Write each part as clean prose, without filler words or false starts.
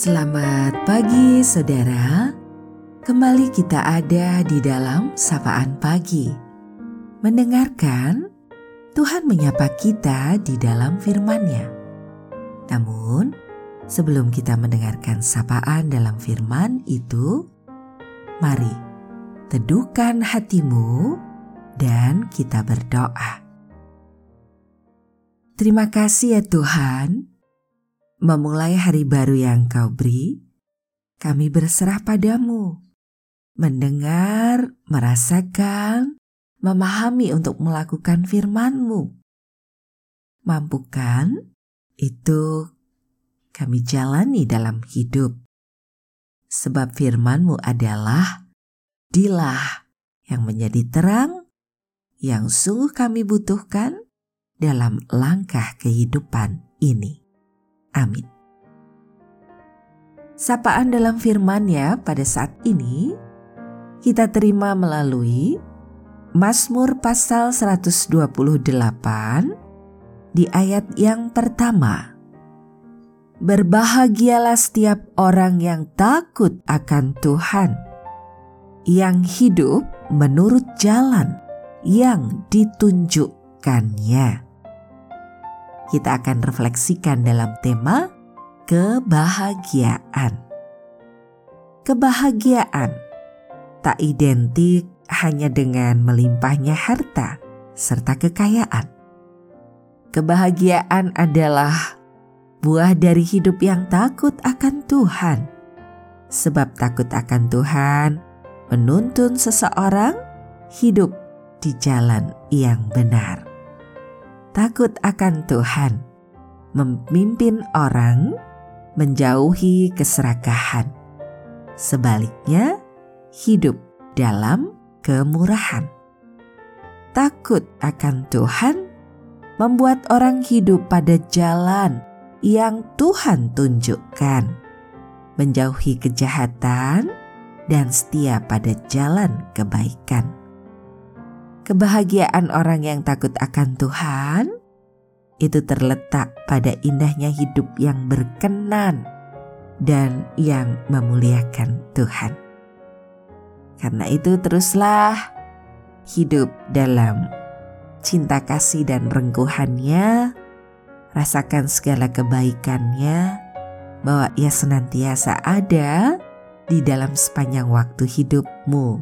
Selamat pagi saudara, kembali kita ada di dalam Sapaan Pagi. Mendengarkan Tuhan menyapa kita di dalam firman-Nya. Namun sebelum kita mendengarkan sapaan dalam firman itu, mari teduhkan hatimu dan kita berdoa. Terima kasih ya Tuhan, memulai hari baru yang Kau beri, kami berserah padamu, mendengar, merasakan, memahami untuk melakukan firman-Mu. Mampukan itu kami jalani dalam hidup. Sebab firman-Mu adalah dilah yang menjadi terang yang sungguh kami butuhkan dalam langkah kehidupan ini. Amin. Sapaan dalam firman-Nya pada saat ini kita terima melalui Mazmur pasal 128 di ayat yang pertama. Berbahagialah setiap orang yang takut akan Tuhan, yang hidup menurut jalan yang ditunjukkannya. Kita akan refleksikan dalam tema kebahagiaan. Kebahagiaan tak identik hanya dengan melimpahnya harta serta kekayaan. Kebahagiaan adalah buah dari hidup yang takut akan Tuhan. Sebab takut akan Tuhan menuntun seseorang hidup di jalan yang benar. Takut akan Tuhan memimpin orang menjauhi keserakahan. Sebaliknya, hidup dalam kemurahan. Takut akan Tuhan membuat orang hidup pada jalan yang Tuhan tunjukkan, menjauhi kejahatan dan setia pada jalan kebaikan. Kebahagiaan orang yang takut akan Tuhan itu terletak pada indahnya hidup yang berkenan dan yang memuliakan Tuhan. Karena itu teruslah hidup dalam cinta kasih dan rengkuhannya, rasakan segala kebaikannya, bahwa Ia senantiasa ada di dalam sepanjang waktu hidupmu.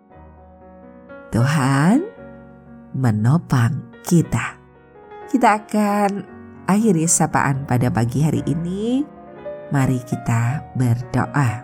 Tuhan menopang kita. Kita akan akhiri sapaan pada pagi hari ini. Mari kita berdoa.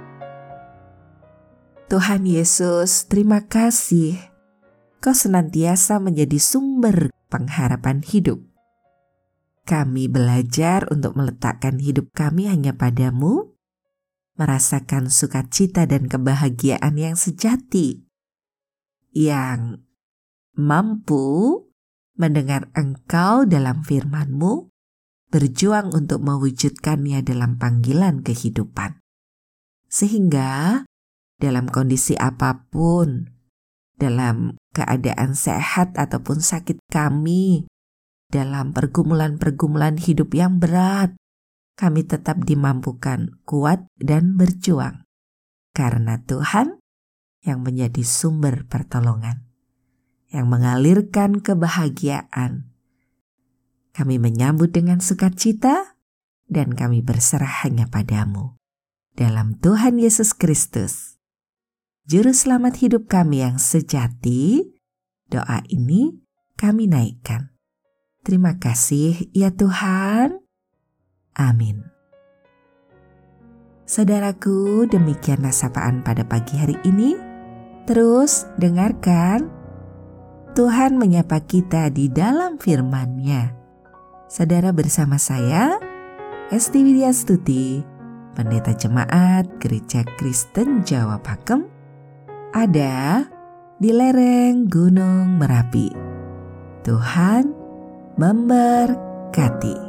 Tuhan Yesus, terima kasih. Kau senantiasa menjadi sumber pengharapan hidup. Kami belajar untuk meletakkan hidup kami hanya padamu, merasakan sukacita dan kebahagiaan yang sejati, yang mampu mendengar Engkau dalam firman-Mu, berjuang untuk mewujudkannya dalam panggilan kehidupan. Sehingga dalam kondisi apapun, dalam keadaan sehat ataupun sakit kami, dalam pergumulan-pergumulan hidup yang berat, kami tetap dimampukan kuat dan berjuang. Karena Tuhan yang menjadi sumber pertolongan, yang mengalirkan kebahagiaan. Kami menyambut dengan sukacita dan kami berserah hanya padamu. Dalam Tuhan Yesus Kristus, Juru Selamat hidup kami yang sejati, doa ini kami naikkan. Terima kasih ya Tuhan. Amin. Saudaraku, demikianlah sapaan pada pagi hari ini. Terus dengarkan Tuhan menyapa kita di dalam firman-Nya. Saudara, bersama saya, Esti Widyastuti, Pendeta Jemaat Gereja Kristen Jawa Pakem, ada di lereng Gunung Merapi. Tuhan memberkati.